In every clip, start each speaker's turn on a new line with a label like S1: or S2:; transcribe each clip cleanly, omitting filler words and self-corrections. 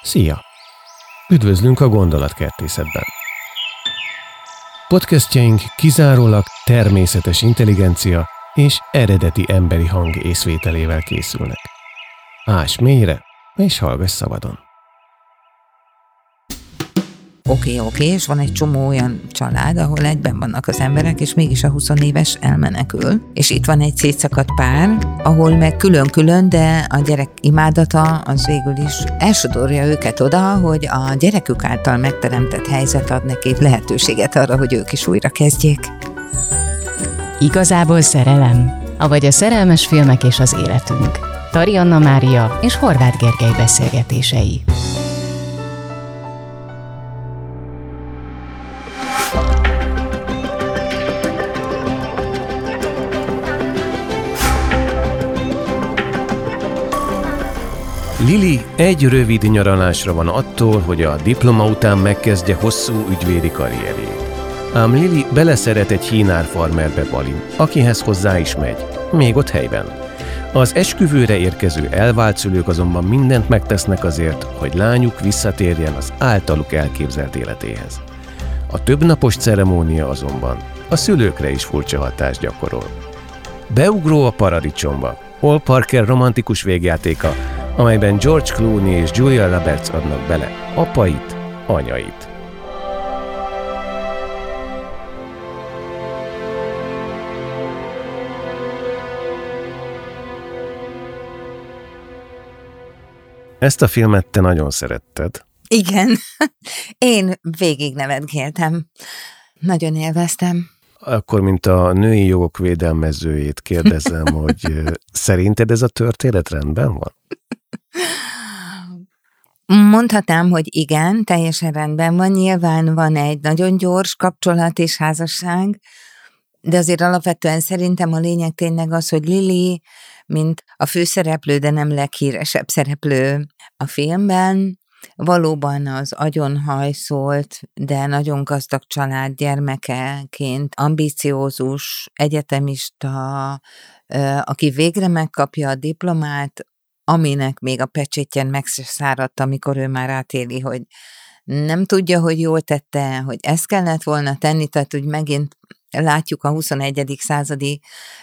S1: Szia! Üdvözlünk a Gondolatkertészetben. Podcastjaink kizárólag természetes intelligencia és eredeti emberi hang észvételével készülnek. Ás mélyre, és hallgass szabadon.
S2: Oké, és van egy csomó olyan család, ahol egyben vannak az emberek, és mégis a 20 éves elmenekül. És itt van egy szétszakadt pár, ahol meg külön-külön, de a gyerek imádata az végül is elsodorja őket oda, hogy a gyerekük által megteremtett helyzet ad neki lehetőséget arra, hogy ők is újra kezdjék.
S3: Igazából szerelem? Avagy a szerelmes filmek és az életünk. Tari Anna Mária és Horváth Gergely beszélgetései.
S1: Lily egy rövid nyaralásra van attól, hogy a diploma után megkezdje hosszú ügyvédi karrierjét. Ám Lily beleszeret egy hínár farmerbe, Balin, akihez hozzá is megy, még ott helyben. Az esküvőre érkező elvált szülők azonban mindent megtesznek azért, hogy lányuk visszatérjen az általuk elképzelt életéhez. A többnapos ceremónia azonban a szülőkre is furcsa hatást gyakorol. Beugró a paradicsomba, Ol Parker romantikus végjátéka, amelyben George Clooney és Julia Roberts adnak bele apait, anyait. Ezt a filmet te nagyon szeretted.
S2: Igen, én végig nevetgéltem. Nagyon élveztem.
S1: Akkor, mint a női jogok védelmezőjét kérdezem, hogy szerinted ez a történet rendben van?
S2: Mondhatnám, hogy igen, teljesen rendben van. Nyilván van egy nagyon gyors kapcsolat és házasság, de azért alapvetően szerintem a lényeg tényleg az, hogy Lily, mint a főszereplő, de nem leghíresebb szereplő a filmben, valóban az agyonhajszolt, de nagyon gazdag család gyermekeként ambiciózus egyetemista, aki végre megkapja a diplomát, aminek még a pecsétjen meg se száradt, amikor ő már átéli, hogy nem tudja, hogy jól tette, hogy ezt kellett volna tenni, tehát hogy megint látjuk a 21. századi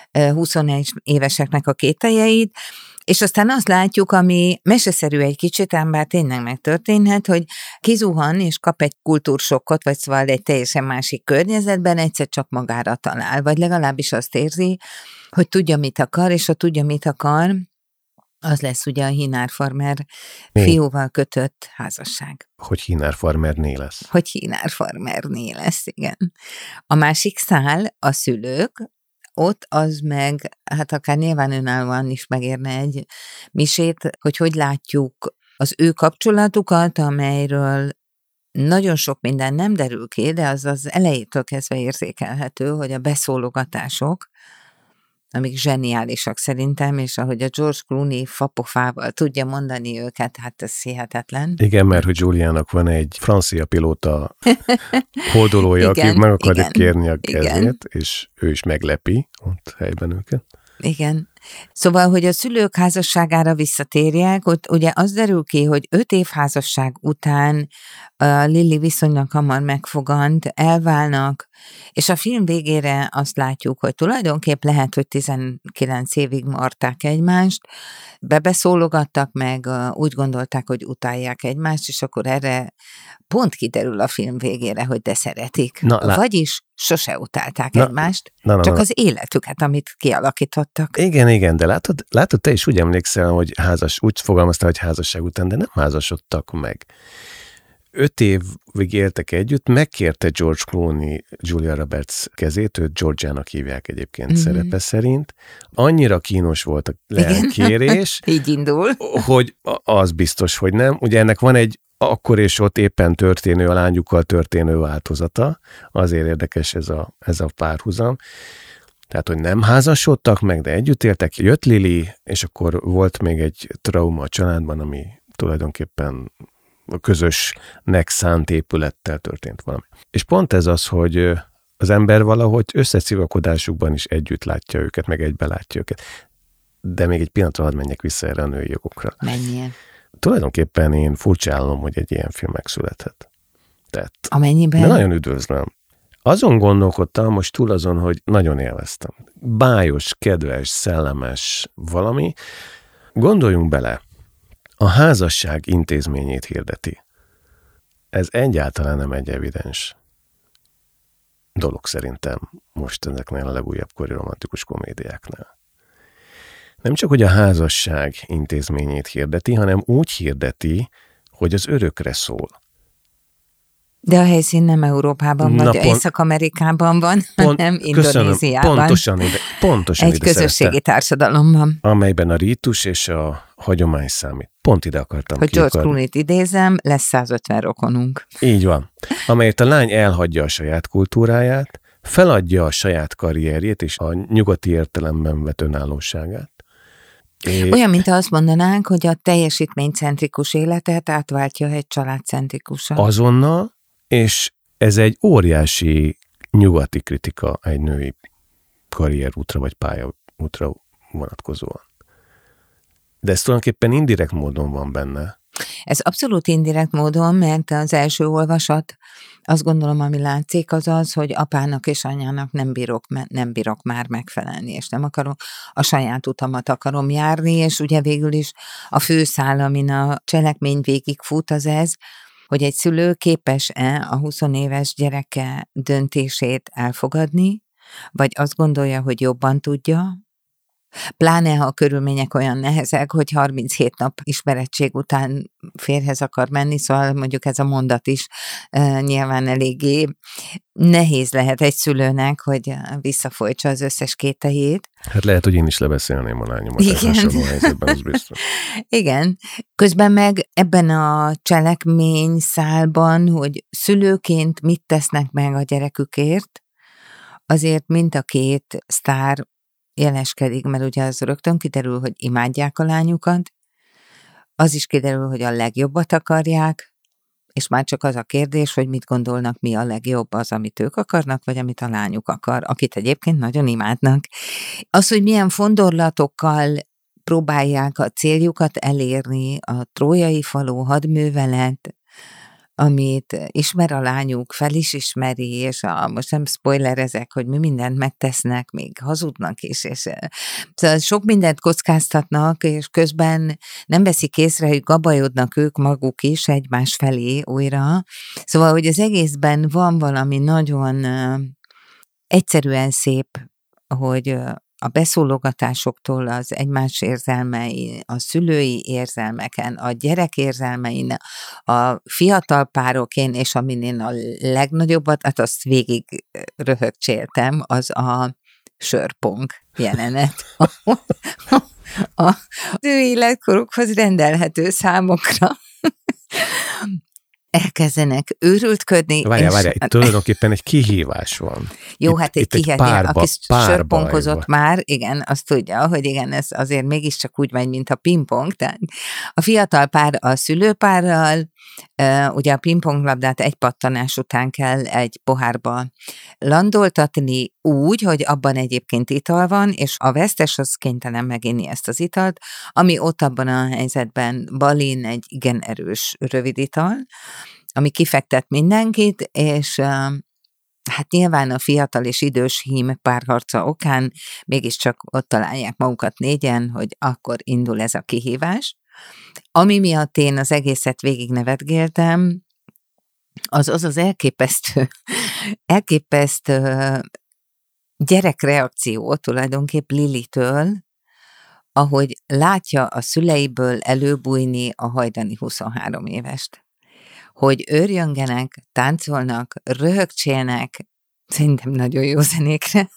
S2: 21 éveseknek a kételjeit, és aztán azt látjuk, ami meseszerű egy kicsit, ám bár tényleg megtörténhet, hogy kizuhan és kap egy kultúrsokkot, vagy szóval egy teljesen másik környezetben, egyszer csak magára talál, vagy legalábbis azt érzi, hogy tudja, mit akar, és ha tudja, mit akar, az lesz ugye a hínár farmer fiúval kötött házasság.
S1: Hogy hínár farmerné lesz.
S2: Hogy hínár farmerné lesz, igen. A másik szál, a szülők, ott az meg, hát akár nyilván önállóan is megérne egy misét, hogy látjuk az ő kapcsolatukat, amelyről nagyon sok minden nem derül ki, de az elejétől kezdve érzékelhető, hogy a beszólogatások, amik zseniálisak szerintem, és ahogy a George Clooney fapofával tudja mondani őket, hát ez hihetetlen.
S1: Igen, mert hogy Juliának van egy francia pilóta hódolója, aki meg akarja kérni a kezét, és ő is meglepi ott helyben őket.
S2: Igen. Szóval, hogy a szülők házasságára visszatérjek, ott ugye az derül ki, hogy 5 év házasság után Lily viszonylag hamar megfogant, elválnak, és a film végére azt látjuk, hogy tulajdonképp lehet, hogy 19 évig marták egymást, bebeszólogattak meg, úgy gondolták, hogy utálják egymást, és akkor erre pont kiderül a film végére, hogy de szeretik. Vagyis sose utálták egymást, csak az életüket, amit kialakítottak.
S1: Igen, de látod, te is úgy emlékszel, hogy úgy fogalmaztál, hogy házasság után, de nem házasodtak meg. 5 évig éltek együtt, megkérte George Clooney Julia Roberts kezét, őt Georgiának hívják egyébként szerepe szerint. Annyira kínos volt a lelkérés,
S2: így indul,
S1: hogy az biztos, hogy nem. Ugye ennek van egy akkor és ott éppen történő, a lányukkal történő változata. Azért érdekes ez a párhuzam. Tehát, hogy nem házasodtak meg, de együtt éltek. Jött Lily, és akkor volt még egy trauma a családban, ami tulajdonképpen a közösnek szánt épülettel történt valami. És pont ez az, hogy az ember valahogy összeszivakodásukban is együtt látja őket, meg egybe látja őket. De még egy pillanatra hadd menjek vissza erre a női jogokra.
S2: Menjél.
S1: tulajdonképpen én furcsálom, hogy egy ilyen film megszülethet. Tehát,
S2: amennyiben...
S1: de nagyon üdvözlöm. Azon gondolkodtam, most túl azon, hogy nagyon élveztem. Bájos, kedves, szellemes valami. Gondoljunk bele, a házasság intézményét hirdeti. Ez egyáltalán nem egy evidens dolog szerintem most ezeknél a legújabb kori romantikus komédiáknál. Nem csak, hogy a házasság intézményét hirdeti, hanem úgy hirdeti, hogy az örökre szól.
S2: De a helyszín nem Európában vagy Észak-Amerikában van, hanem Indonéziában.
S1: Pontosan
S2: egy közösségi társadalomban.
S1: Amelyben a rítus és a hagyomány számít. Pont ide akartam
S2: hogy George Clooney-t idézem, lesz 150 rokonunk.
S1: Így van. Amelyet a lány elhagyja a saját kultúráját, feladja a saját karrierjét és a nyugati értelemben vett önállóságát.
S2: Olyan, mint azt mondanánk, hogy a teljesítménycentrikus életet átváltja egy családcentrikussal.
S1: Azonnal, és ez egy óriási nyugati kritika egy női karrierútra vagy pályaútra vonatkozóan. De ez tulajdonképpen indirekt módon van benne.
S2: Ez abszolút indirekt módon, mert az első olvasat, azt gondolom, ami látszik, az az, hogy apának és anyának nem bírok már megfelelni, és nem akarok, a saját utamat akarom járni, és ugye végül is a főszál, amin a cselekmény végigfut, az ez, hogy egy szülő képes-e a 20 éves gyereke döntését elfogadni, vagy azt gondolja, hogy jobban tudja, pláne ha a körülmények olyan nehezek, hogy 37 nap ismerettség után férjhez akar menni, szóval mondjuk ez a mondat is nyilván eléggé nehéz lehet egy szülőnek, hogy visszafolytsa az összes kételjét.
S1: Hát lehet, hogy én is lebeszélném a lányomat egy hasonló helyzetben, az biztos.
S2: Igen. Közben meg ebben a cselekmény szálban, hogy szülőként mit tesznek meg a gyerekükért, azért mind a két sztár jeleskedik, mert ugye az rögtön kiderül, hogy imádják a lányukat, az is kiderül, hogy a legjobbat akarják, és már csak az a kérdés, hogy mit gondolnak, mi a legjobb, az, amit ők akarnak, vagy amit a lányuk akar, akit egyébként nagyon imádnak. Az, hogy milyen fondorlatokkal próbálják a céljukat elérni, a trójai falu hadművelet, amit ismer a lányuk, fel is ismeri, és most nem spoilerezek, hogy mi mindent megtesznek, még hazudnak is, és szóval sok mindent kockáztatnak, és közben nem veszik észre, hogy gabajodnak ők maguk is egymás felé újra. Szóval, hogy az egészben van valami nagyon egyszerűen szép, hogy a beszólogatásoktól az egymás érzelmei, a szülői érzelmeken, a gyerek érzelmein, a fiatal párokén, és amin én a legnagyobbat, hát azt végig röhögcséltem, az a sörpong jelenet. Az ő életkorukhoz rendelhető számokra elkezdenek őrültködni.
S1: Várjál, itt tulajdonképpen egy kihívás van.
S2: Jó, hát egy kihívás, aki sörponkozott
S1: van.
S2: már, igen, azt tudja, hogy igen, ez azért mégiscsak úgy megy, mint a pingpong. Tehát a fiatal pár a szülőpárral, ugye a pingponglabdát egy pattanás után kell egy pohárba landoltatni úgy, hogy abban egyébként ital van, és a vesztes az kénytelen meginni ezt az italt, ami ott abban a helyzetben Balin egy igen erős rövid ital, ami kifektet mindenkit, és hát nyilván a fiatal és idős hím párharca okán mégiscsak ott találják magukat négyen, hogy akkor indul ez a kihívás. Ami miatt én az egészet végig nevetgéltem, az elképesztő gyerekreakció tulajdonképp Lilitől, ahogy látja a szüleiből előbújni a hajdani 23 évest. Hogy őrjöngenek, táncolnak, röhögcsélnek, szerintem nagyon jó zenékre.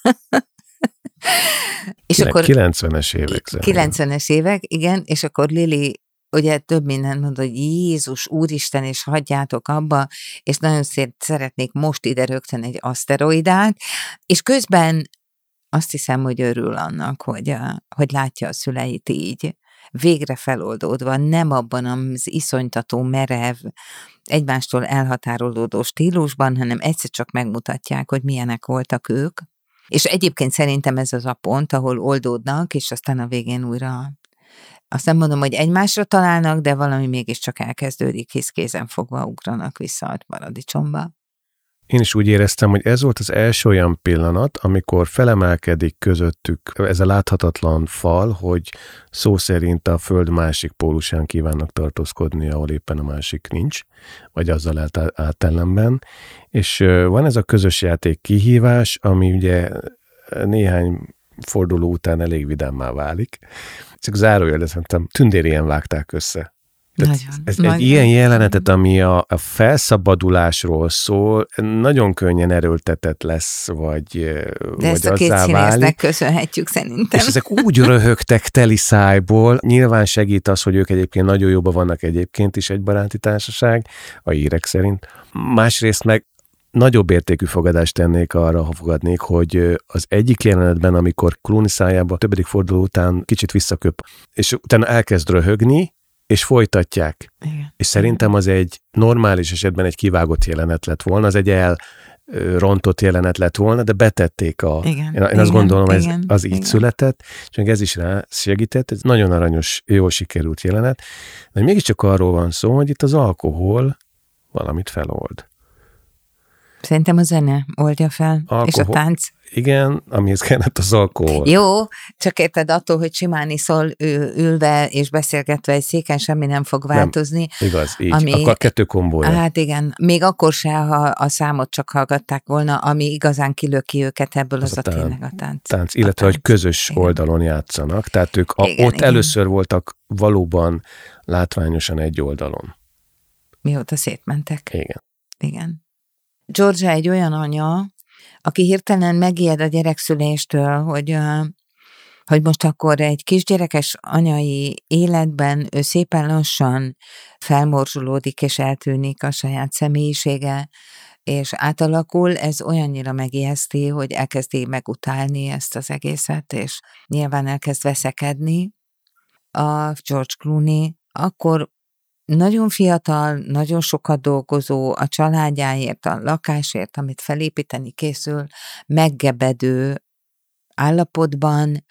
S2: És akkor
S1: 90-es évek.
S2: 90-es évek, igen, és akkor Lili ugye több mindent mond, hogy Jézus, Úristen, és hagyjátok abba, és nagyon szeretnék most ide rögtön egy aszteroidát, és közben azt hiszem, hogy örül annak, hogy látja a szüleit így, végre feloldódva, nem abban az iszonytató, merev, egymástól elhatárolódó stílusban, hanem egyszer csak megmutatják, hogy milyenek voltak ők. És egyébként szerintem ez az a pont, ahol oldódnak, és aztán a végén újra azt nem mondom, hogy egymásra találnak, de valami mégiscsak elkezdődik, hisz kézenfogva ugranak vissza a paradicsomba.
S1: Én is úgy éreztem, hogy ez volt az első olyan pillanat, amikor felemelkedik közöttük ez a láthatatlan fal, hogy szó szerint a föld másik pólusán kívánnak tartózkodni, ahol éppen a másik nincs, vagy azzal ellenben. És van ez a közös játék kihívás, ami ugye néhány forduló után elég vidámmá válik. Csak zárójelet mondtam, tündérien vágták össze. Egy ilyen jelenetet, ami a felszabadulásról szól, nagyon könnyen erőltetett lesz, vagy
S2: ezt a két színésznek köszönhetjük szerintem.
S1: És ezek úgy röhögtek teli szájból, nyilván segít az, hogy ők egyébként nagyon jobban vannak egyébként is egy baráti társaság, a hírek szerint. Másrészt meg nagyobb értékű fogadást tennék arra, ha fogadnék, hogy az egyik jelenetben, amikor Clooney szájába a többedik forduló után kicsit visszaköp, és utána elkezd röhögni, és folytatják.
S2: Igen.
S1: És szerintem az egy normális esetben egy kivágott jelenet lett volna, az egy elrontott jelenet lett volna, de betették én azt gondolom, az így született, és még ez is rá segített, ez nagyon aranyos, jól sikerült jelenet, de mégiscsak arról van szó, hogy itt az alkohol valamit felold.
S2: Szerintem a zene oldja fel, és a tánc.
S1: Igen, amihez kellett az alkohol.
S2: Jó, csak érted attól, hogy simán iszol ülve és beszélgetve egy széken, semmi nem fog változni.
S1: Nem, igaz, így. Akkor 2 kombója.
S2: Hát igen, még akkor se, ha a számot csak hallgatták volna, ami igazán kilöki őket ebből, az a tényleg a tánc.
S1: Illetve, hogy közös oldalon játszanak, tehát ők ott először voltak valóban látványosan egy oldalon.
S2: Mióta szétmentek.
S1: Igen.
S2: Georgia egy olyan anya, aki hirtelen megijed a gyerekszüléstől, hogy most akkor egy kisgyerekes anyai életben ő szépen lassan felmorzsolódik és eltűnik a saját személyisége, és átalakul, ez olyannyira megijeszti, hogy elkezdi megutálni ezt az egészet, és nyilván elkezd veszekedni. A George Clooney akkor nagyon fiatal, nagyon sokat dolgozó, a családjáért, a lakásért, amit felépíteni készül, meggebedő állapotban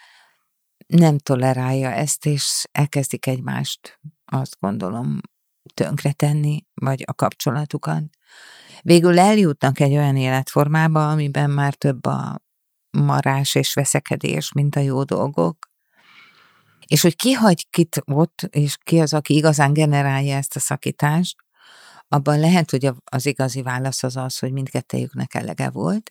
S2: nem tolerálja ezt, és elkezdik egymást, azt gondolom, tönkretenni, vagy a kapcsolatukat. Végül eljutnak egy olyan életformába, amiben már több a marás és veszekedés, mint a jó dolgok. És hogy ki hagy kit ott, és ki az, aki igazán generálja ezt a szakítást, abban lehet, hogy az igazi válasz az, hogy mindkettejüknek elege volt,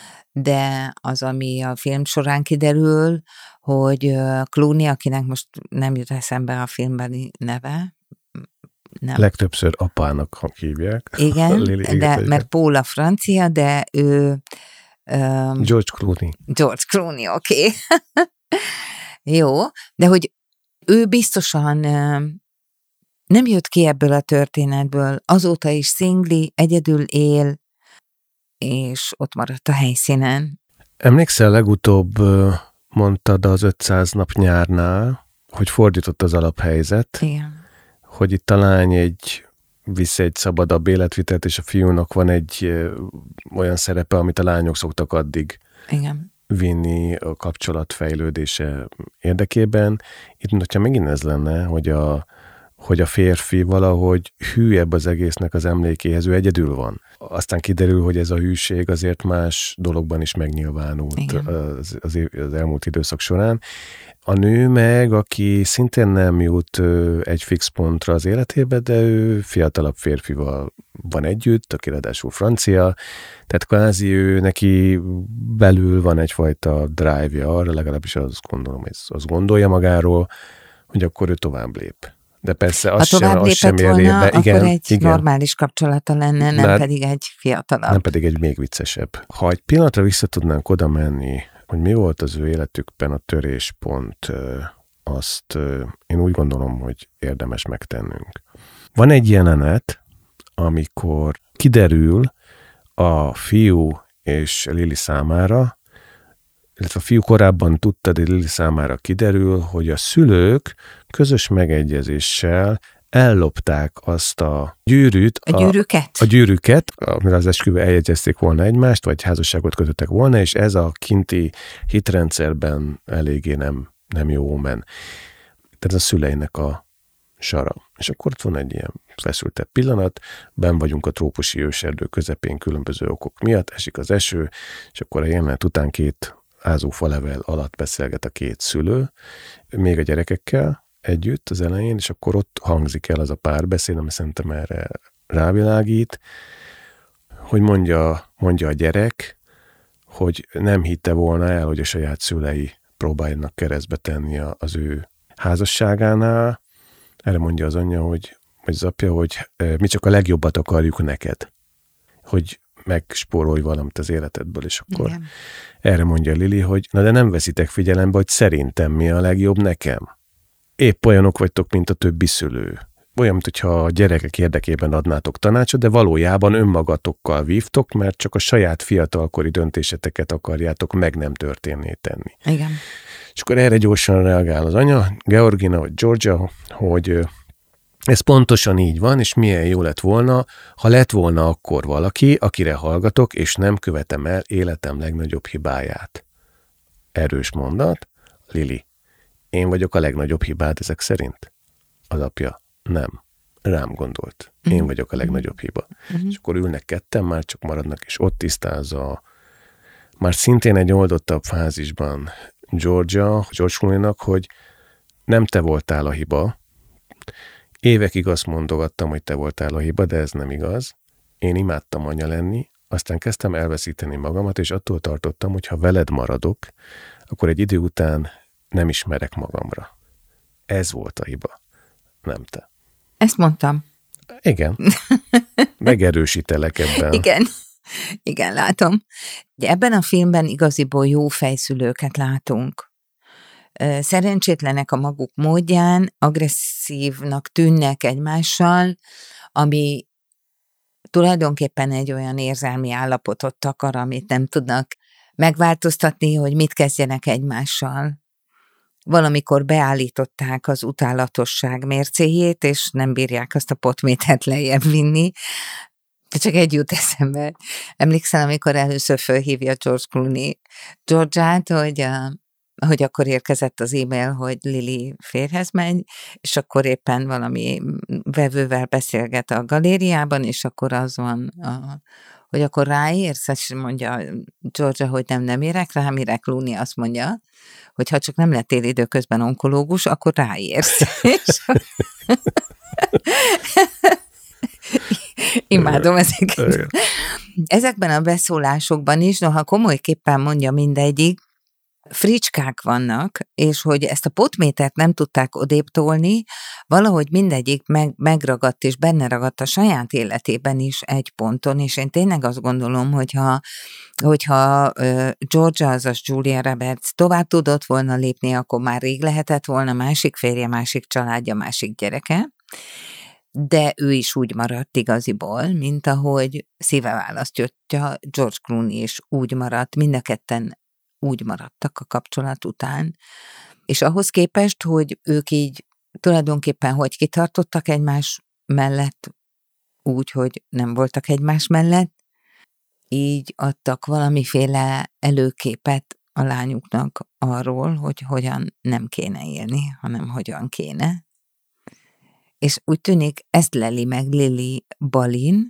S2: de az, ami a film során kiderül, hogy Clooney, akinek most nem jut eszembe a filmbeli neve, nem.
S1: Legtöbbször apának hívják.
S2: Igen, mert Paul a francia, de ő...
S1: George Clooney.
S2: George Clooney, oké. Jó, de hogy ő biztosan nem jött ki ebből a történetből, azóta is szingli, egyedül él, és ott maradt a helyszínen.
S1: Emlékszel, legutóbb mondtad az 500 nap nyárnál, hogy fordított az alaphelyzet.
S2: Igen.
S1: Hogy itt a lány visz egy szabadabb életvitelt, és a fiúnak van egy olyan szerepe, amit a lányok szoktak addig vinni a kapcsolat fejlődése érdekében. Itt, hogyha megint ez lenne, hogy a férfi valahogy hűebb az egésznek az emlékéhez, ő egyedül van. Aztán kiderül, hogy ez a hűség azért más dologban is megnyilvánult az elmúlt időszak során. A nő meg, aki szintén nem jut egy fix pontra az életébe, de ő fiatalabb férfival van együtt, aki ráadásul francia, tehát kvázi ő neki belül van egyfajta drive-ja arra, legalábbis azt gondolom, hogy azt gondolja magáról, hogy akkor ő tovább lép. De persze az sem ér volna,
S2: akkor egy normális kapcsolata lenne, nem pedig egy fiatalabb.
S1: Nem pedig egy még viccesebb. Ha egy pillanatra vissza tudnánk oda menni, hogy mi volt az ő életükben a töréspont, azt én úgy gondolom, hogy érdemes megtennünk. Van egy jelenet, amikor kiderül a fiú és Lily számára, illetve a fiú korábban tudta, de Lily számára kiderül, hogy a szülők közös megegyezéssel ellopták azt a gyűrűt.
S2: A
S1: gyűrűket, amire az esküvő eljegyezték volna egymást, vagy házasságot kötöttek volna, és ez a kinti hitrendszerben eléggé nem jó omen. tehát a szüleinek a sara. És akkor ott van egy ilyen feszültebb pillanat, benn vagyunk a trópusi őserdő közepén különböző okok miatt, esik az eső, és akkor a jelenet után 2 ázófalevel alatt beszélget a 2 szülő, még a gyerekekkel együtt az elején, és akkor ott hangzik el az a párbeszéd, ami szerintem erre rávilágít, hogy mondja a gyerek, hogy nem hitte volna el, hogy a saját szülei próbáljanak keresztbe tenni az ő házasságánál. Erre mondja az anyja, vagy az apja, hogy mi csak a legjobbat akarjuk neked, hogy megspórolj valamit az életedből, és akkor igen. Erre mondja Lili, hogy na de nem veszitek figyelembe, hogy szerintem mi a legjobb nekem. Épp olyanok vagytok, mint a többi szülő. Olyan, mintha a gyerekek érdekében adnátok tanácsot, de valójában önmagatokkal vívtok, mert csak a saját fiatalkori döntéseteket akarjátok meg nem történné tenni.
S2: Igen.
S1: És akkor erre gyorsan reagál az anya, Georgina vagy Georgia, hogy ez pontosan így van, és milyen jó lett volna, ha lett volna akkor valaki, akire hallgatok, és nem követem el életem legnagyobb hibáját. Erős mondat. Lili, én vagyok a legnagyobb hibád ezek szerint? Az apja, nem. Rám gondolt. Én vagyok a legnagyobb hiba. És akkor ülnek ketten, már csak maradnak, és ott tisztázza már szintén egy oldottabb fázisban George Clooney-nak, hogy nem te voltál a hiba. Évekig azt mondogattam, hogy te voltál a hiba, de ez nem igaz. Én imádtam anya lenni, aztán kezdtem elveszíteni magamat, és attól tartottam, hogy ha veled maradok, akkor egy idő után nem ismerek magamra. Ez volt a hiba, nem te.
S2: Ezt mondtam.
S1: Igen. Megerősítelek ebben.
S2: Igen, látom. Ebben a filmben igaziból jó fejszülőket látunk. Szerencsétlenek a maguk módján, agresszívnak tűnnek egymással, ami tulajdonképpen egy olyan érzelmi állapotot takar, amit nem tudnak megváltoztatni, hogy mit kezdjenek egymással. Valamikor beállították az utálatosság mércéjét, és nem bírják azt a potmétert lejjebb vinni. De csak egy jut eszembe. Emlékszel, amikor először fölhívja George Clooney George-át, hogy akkor érkezett az e-mail, hogy Lili férjhez megy, és akkor éppen valami vevővel beszélget a galériában, és akkor az van, hogy akkor ráérsz, és mondja George, hogy nem érek rá, mire Clooney azt mondja, hogy ha csak nem lettél időközben onkológus, akkor ráérsz. Imádom ezeket. Ezekben a beszólásokban is, noha komolyképpen mondja mindegyik, fricskák vannak, és hogy ezt a potmétert nem tudták odébb tolni, valahogy mindegyik megragadt és benne ragadt a saját életében is egy ponton, és én tényleg azt gondolom, hogyha Georgia, azaz Julia Roberts tovább tudott volna lépni, akkor már rég lehetett volna másik férje, másik családja, másik gyereke, de ő is úgy maradt igaziból, mint ahogy szíve választja George Clooney, és úgy maradt, mind a ketten úgy maradtak a kapcsolat után. És ahhoz képest, hogy ők így tulajdonképpen hogy kitartottak egymás mellett, úgy, hogy nem voltak egymás mellett, így adtak valamiféle előképet a lányuknak arról, hogy hogyan nem kéne élni, hanem hogyan kéne. És úgy tűnik, ezt leli meg Lili Balin,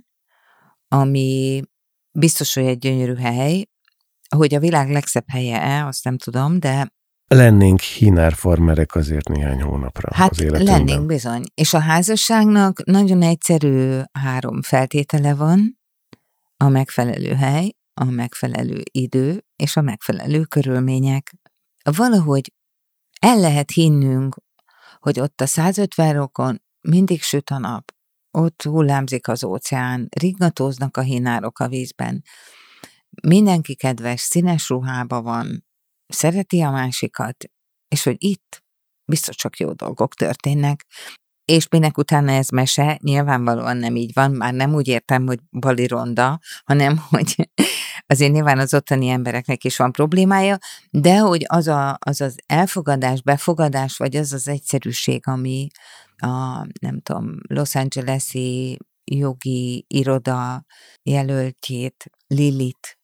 S2: ami biztos, hogy egy gyönyörű hely, hogy a világ legszebb helye-e, azt nem tudom, de...
S1: Lennénk hínárfarmerek azért néhány hónapra az életünkben.
S2: Hát lennénk bizony. És a házasságnak nagyon egyszerű 3 feltétele van: a megfelelő hely, a megfelelő idő és a megfelelő körülmények. Valahogy el lehet hinnünk, hogy ott a 150 rokon mindig süt a nap, ott hullámzik az óceán, ringatóznak a hínárok a vízben, mindenki kedves, színes ruhába van, szereti a másikat, és hogy itt biztos csak jó dolgok történnek. És minek utána ez mese, nyilvánvalóan nem így van, már nem úgy értem, hogy Bali ronda, hanem hogy azért nyilván az ottani embereknek is van problémája, de hogy az elfogadás, befogadás, vagy az az egyszerűség, ami a, nem tudom, Los Angeles-i jogi iroda jelöltjét, Lilit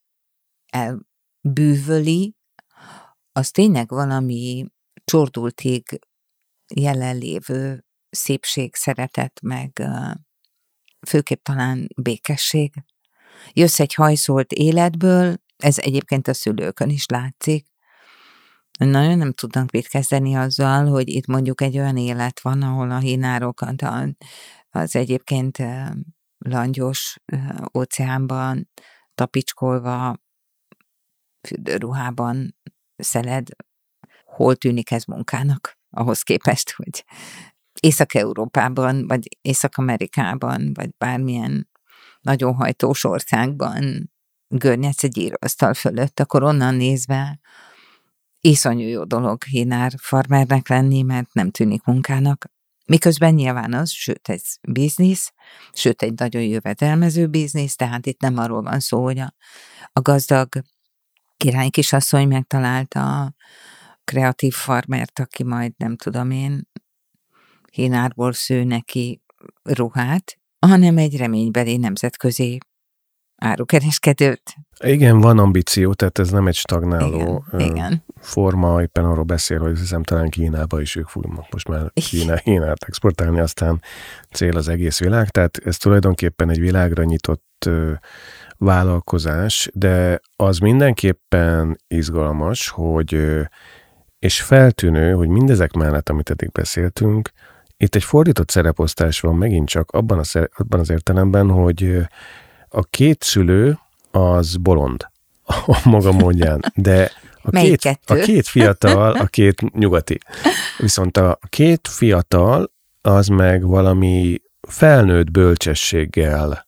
S2: elbűvöli, az tényleg valami csordultig jelenlévő szépség, szeretet, meg főképp talán békesség. Jössz egy hajszolt életből, ez egyébként a szülőkön is látszik. Nagyon nem tudnak mit kezdeni azzal, hogy itt mondjuk egy olyan élet van, ahol a hínárokat az egyébként langyos óceánban tapicskolva, fürdőruhában szeled. Hol tűnik ez munkának? Ahhoz képest, hogy Észak-Európában, vagy Észak-Amerikában, vagy bármilyen nagyon hajtós országban görnyedsz egy íróasztal fölött, akkor onnan nézve iszonyú jó dolog hínár farmernek lenni, mert nem tűnik munkának. Miközben nyilván az, sőt ez biznisz, sőt egy nagyon jövedelmező biznisz, tehát itt nem arról van szó, hogy a gazdag király kisasszony megtalálta a kreatív farmert, aki majd nem tudom én hínárból sző neki ruhát, hanem egy reménybeli nemzetközi árukereskedőt.
S1: Igen, van ambíció, tehát ez nem egy stagnáló
S2: igen.
S1: forma, éppen arról beszél, hogy hiszem talán Kínába is ők fognak most már Kínát exportálni, aztán cél az egész világ, tehát ez tulajdonképpen egy világra nyitott vállalkozás, de az mindenképpen izgalmas, hogy és feltűnő, hogy mindezek mellett, amit eddig beszéltünk, itt egy fordított szereposztás van megint csak abban az értelemben, hogy a két szülő az bolond a maga módján, de a két fiatal, a két nyugati. Viszont a két fiatal az meg valami felnőtt bölcsességgel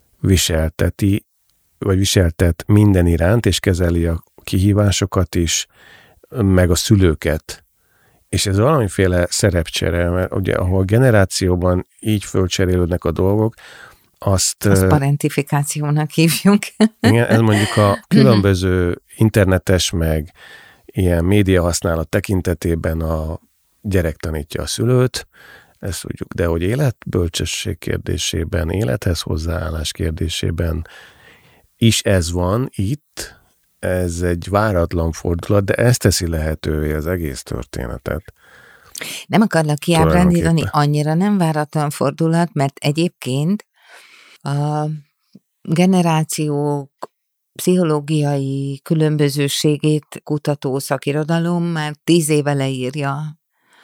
S1: viseltet minden iránt, és kezeli a kihívásokat is, meg a szülőket. És ez valamiféle szerepcsere, mert ugye ahol generációban így fölcserélődnek a dolgok, azt
S2: parentifikációnak hívjuk.
S1: Igen, ez mondjuk a különböző internetes, meg ilyen média használat tekintetében a gyerek tanítja a szülőt, ezt tudjuk, de hogy életbölcsesség kérdésében, élethez hozzáállás kérdésében is ez van itt, ez egy váratlan fordulat, de ez teszi lehetővé az egész történetet.
S2: Nem akarlak kiábrándítani, annyira nem váratlan fordulat, mert egyébként a generációk pszichológiai különbözőségét kutató szakirodalom már 10 éve leírja,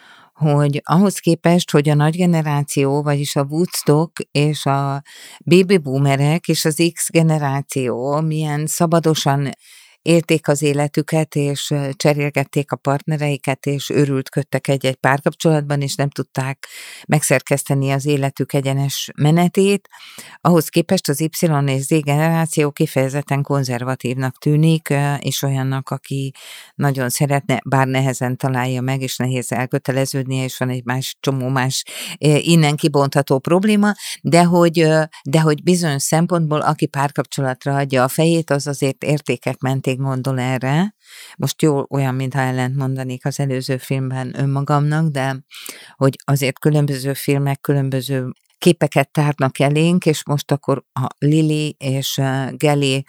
S2: hogy ahhoz képest, hogy a nagy generáció, vagyis a Woodstock és a baby boomerek és az X generáció milyen szabadosan élték az életüket, és cserélgették a partnereiket, és örültködtek egy-egy párkapcsolatban, és nem tudták megszerkeszteni az életük egyenes menetét. Ahhoz képest az Y és Z generáció kifejezetten konzervatívnak tűnik, és olyannak, aki nagyon szeretne, bár nehezen találja meg, és nehéz elköteleződnie, és van egy csomó más innen kibontható probléma, de hogy bizonyos szempontból, aki párkapcsolatra adja a fejét, az azért értékek mentén gondol erre. Most jó olyan, mintha ellent mondanék az előző filmben önmagamnak, de hogy azért különböző filmek, különböző képeket tárnak elénk, és most akkor a Lily és Geli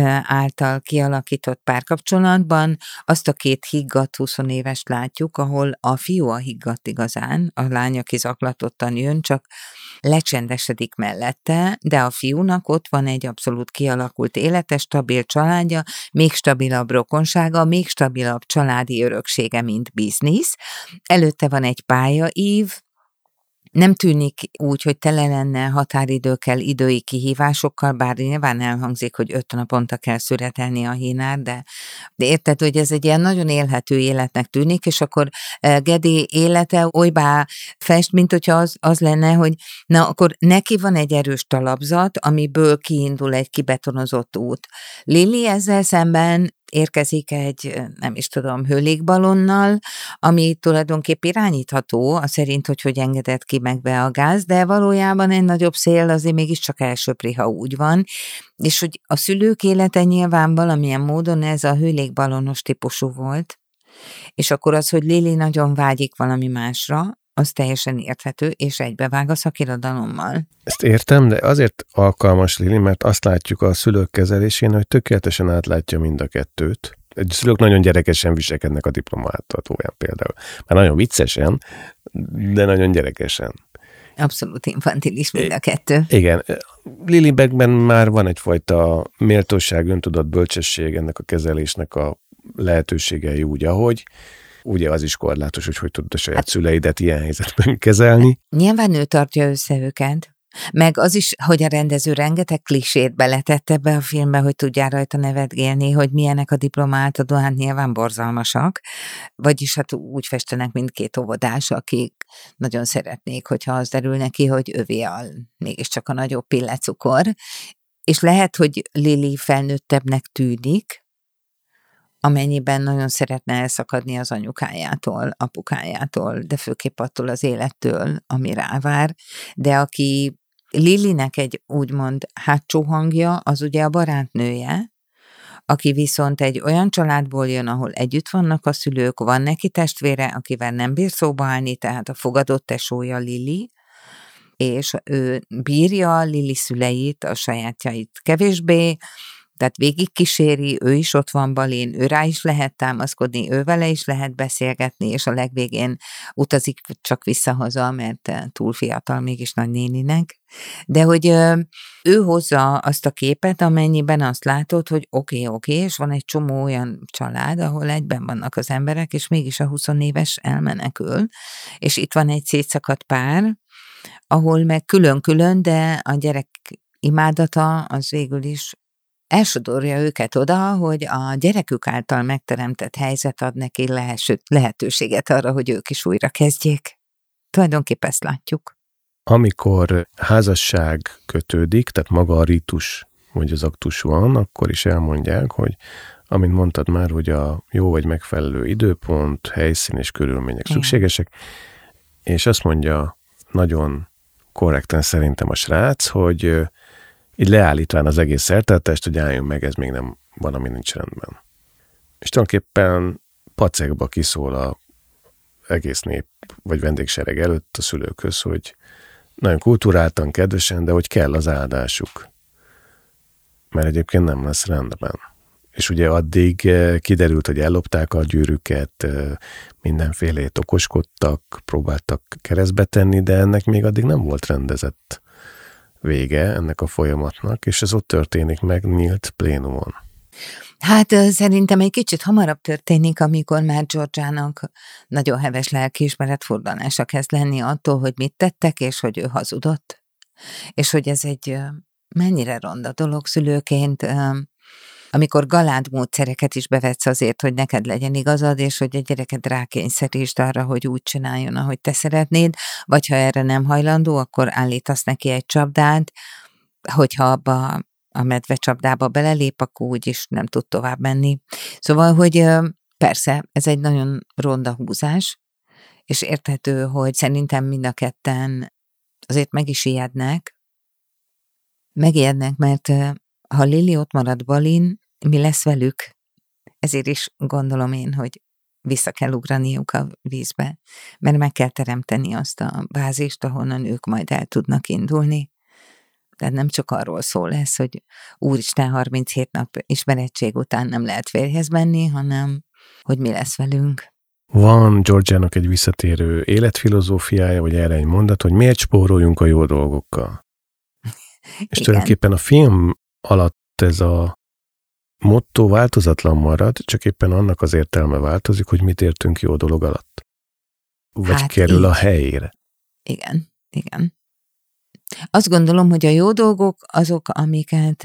S2: által kialakított párkapcsolatban azt a két higgadt 20 évest látjuk, ahol a fiú a higgadt igazán, a lány, aki zaklatottan jön, csak lecsendesedik mellette, de a fiúnak ott van egy abszolút kialakult élete, stabil családja, még stabilabb rokonsága, még stabilabb családi öröksége, mint biznisz. Előtte van egy pályaív, nem tűnik úgy, hogy tele lenne határidőkkel, idői kihívásokkal, bár nyilván elhangzik, hogy 5 naponta kell szüretelni a hínát, de érted, hogy ez egy ilyen nagyon élhető életnek tűnik, és akkor Gedi élete olybá fest, mint hogyha az lenne, hogy na akkor neki van egy erős talapzat, amiből kiindul egy kibetonozott út. Lily ezzel szemben érkezik egy, nem is tudom, hőlégballonnal, ami tulajdonképp irányítható, az szerint, hogy engedett ki meg be a gáz, de valójában egy nagyobb szél azért mégiscsak elsöpri, ha úgy van, és hogy a szülők élete nyilván valamilyen módon ez a hőlégballonos típusú volt, és akkor az, hogy Lily nagyon vágyik valami másra, az teljesen érthető, és egybevág a szakirodalommal.
S1: Ezt értem, de azért alkalmas Lily, mert azt látjuk a szülők kezelésén, hogy tökéletesen átlátja mind a kettőt, szülők nagyon gyerekesen viselkednek a diplomaáltatóján például. Már nagyon viccesen, de nagyon gyerekesen.
S2: Abszolút infantilis mind a kettő.
S1: Igen. Lilibekben már van egyfajta méltóság, öntudat, bölcsesség, ennek a kezelésnek a lehetőségei úgy, ahogy. Ugye az is korlátos, hogy tudod a saját szüleidet ilyen helyzetben kezelni.
S2: Nyilván ő tartja össze őket. Meg az is, hogy a rendező rengeteg klisét beletett ebbe a filmbe, hogy tudjál rajta nevetgélni, hogy milyenek a diplomátadó, hát nyilván borzalmasak, vagyis hát úgy festenek mindkét óvodás, akik nagyon szeretnék, hogyha az derül neki, hogy övé mégiscsak a nagyobb pillecukor, és lehet, hogy Lili felnőttebbnek tűnik, amennyiben nagyon szeretne elszakadni az anyukájától, apukájától, de főképp attól az élettől, ami rávár, de aki Lilinek egy úgymond hátsó hangja, az ugye a barátnője, aki viszont egy olyan családból jön, ahol együtt vannak a szülők, van neki testvére, akivel nem bír szóba állni, tehát a fogadott tesója Lili, és ő bírja Lili szüleit, a sajátjait kevésbé, tehát végigkíséri, ő is ott van Balin, ő rá is lehet támaszkodni, ő vele is lehet beszélgetni, és a legvégén utazik csak visszahaza, mert túl fiatal mégis nagynéninek. De hogy ő hozza azt a képet, amennyiben azt látod, hogy oké, és van egy csomó olyan család, ahol egyben vannak az emberek, és mégis a 20 éves elmenekül, és itt van egy szétszakadt pár, ahol meg külön-külön, de a gyerek imádata az végül is elsodorja őket oda, hogy a gyerekük által megteremtett helyzet ad neki lehetőséget arra, hogy ők is újra kezdjék. Tulajdonképpen ezt látjuk.
S1: Amikor házasság kötődik, tehát maga a rítus, vagy az aktus van, akkor is elmondják, hogy amint mondtad már, hogy a jó vagy megfelelő időpont, helyszín és körülmények szükségesek, és azt mondja nagyon korrekten szerintem a srác, hogy így leállítván az egész szertartást, hogy álljunk meg, ez még nem van, ami nincs rendben. És tulajdonképpen pacekba kiszól az egész nép, vagy vendégsereg előtt a szülőkhöz, hogy nagyon kulturáltan, kedvesen, de hogy kell az áldásuk. Mert egyébként nem lesz rendben. És ugye addig kiderült, hogy ellopták a gyűrűket, mindenfélét okoskodtak, próbáltak keresztbe tenni, de ennek még addig nem volt rendezett vége ennek a folyamatnak, és ez ott történik meg nyílt plénumon.
S2: Hát szerintem egy kicsit hamarabb történik, amikor már Georgiának nagyon heves lelkiismeret furdalása kezd lenni attól, hogy mit tettek, és hogy ő hazudott. És hogy ez egy mennyire ronda dolog szülőként, amikor galád módszereket is bevetsz azért, hogy neked legyen igazad, és hogy a gyereket rákényszerítsd arra, hogy úgy csináljon, ahogy te szeretnéd, vagy ha erre nem hajlandó, akkor állítasz neki egy csapdát, hogyha abba a medve csapdába belelép, akkor úgyis nem tud tovább menni. Szóval, hogy persze, ez egy nagyon ronda húzás, és érthető, hogy szerintem mind a ketten azért meg is ijednek, mert ha Lili ott marad Balin, mi lesz velük? Ezért is gondolom én, hogy vissza kell ugraniuk a vízbe, mert meg kell teremteni azt a bázist, ahonnan ők majd el tudnak indulni. Tehát nem csak arról szól ez, hogy úristen 37 nap ismerettség után nem lehet férjhez menni, hanem hogy mi lesz velünk.
S1: Van Georgiának egy visszatérő életfilozófiája, vagy erre egy mondat, hogy miért spóroljunk a jó dolgokkal. És tulajdonképpen a film alatt ez a motto változatlan marad, csak éppen annak az értelme változik, hogy mit értünk jó dolog alatt. Vagy hát kerül így a helyére.
S2: Igen. Azt gondolom, hogy a jó dolgok azok, amiket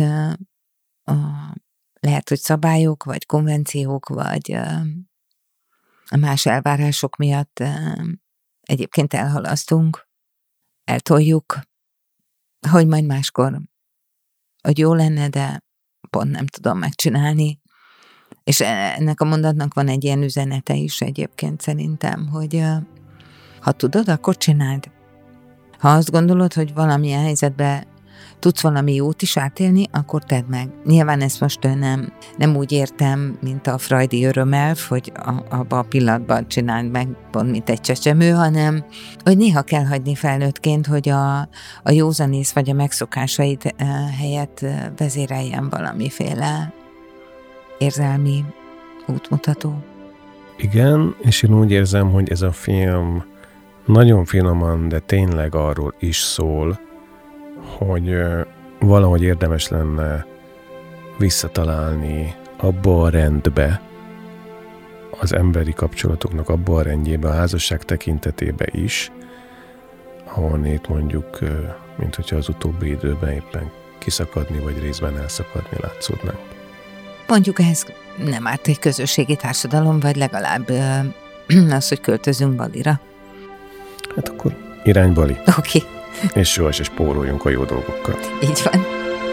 S2: lehet, hogy szabályok, vagy konvenciók, vagy más elvárások miatt egyébként elhalasztunk, eltoljuk, hogy majd máskor, hogy jó lenne, de pont nem tudom megcsinálni. És ennek a mondatnak van egy ilyen üzenete is egyébként szerintem, hogy ha tudod, akkor csináld. Ha azt gondolod, hogy valamilyen helyzetben tudsz valami jót is átélni, akkor tedd meg. Nyilván ezt most nem úgy értem, mint a freudi örömelv, hogy abban a pillanatban csináld meg, pont mint egy csecsemő, hanem hogy néha kell hagyni felnőttként, hogy a józanész vagy a megszokásaid helyett vezéreljen valamiféle érzelmi útmutató.
S1: Igen, és én úgy érzem, hogy ez a film nagyon finoman, de tényleg arról is szól, hogy valahogy érdemes lenne visszatalálni abba a rendbe, az emberi kapcsolatoknak abba a rendjébe, a házasság tekintetébe is, ahonnét mondjuk, mint hogyha az utóbbi időben éppen kiszakadni, vagy részben elszakadni látszódnánk. Mondjuk
S2: ehhez nem árt egy közösségi társadalom, vagy legalább az, hogy költözünk Balira.
S1: Hát akkor irány Bali.
S2: Oké.
S1: És soha se spóroljunk a jó dolgokkal.
S2: Így van.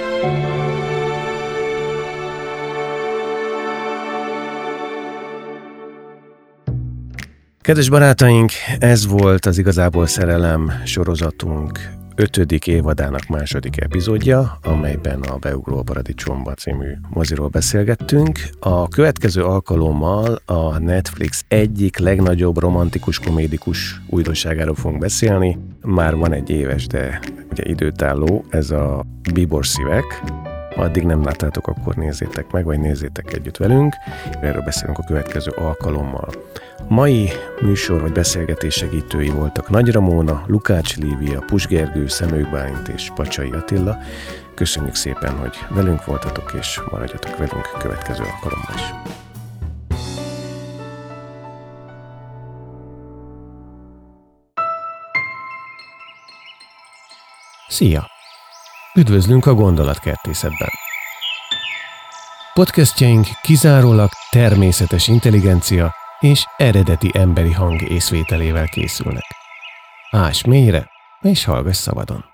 S1: Kedves barátaink, ez volt az Igazából Szerelem sorozatunk 5. évadának második epizódja, amelyben a Beugró a Paradicsomba című moziról beszélgettünk. A következő alkalommal a Netflix egyik legnagyobb romantikus komédikus újdonságáról fogunk beszélni. Már van egy éves, de ugye időtálló, ez a Bíbor Szívek. Ha addig nem láttátok, akkor nézzétek meg, vagy nézzétek együtt velünk. Erről beszélünk a következő alkalommal. Mai műsor vagy beszélgetés segítői voltak Nagy Ramóna, Lukács Lívia, Pus Gergő, Szemők Bálint és Pacsai Attila. Köszönjük szépen, hogy velünk voltatok, és maradjatok velünk következő alkalommal is. Szia! Üdvözlünk a Gondolatkertészetben! Podcastjaink kizárólag természetes intelligencia és eredeti emberi hang észvételével készülnek. Ás mélyre, és hallgass szabadon!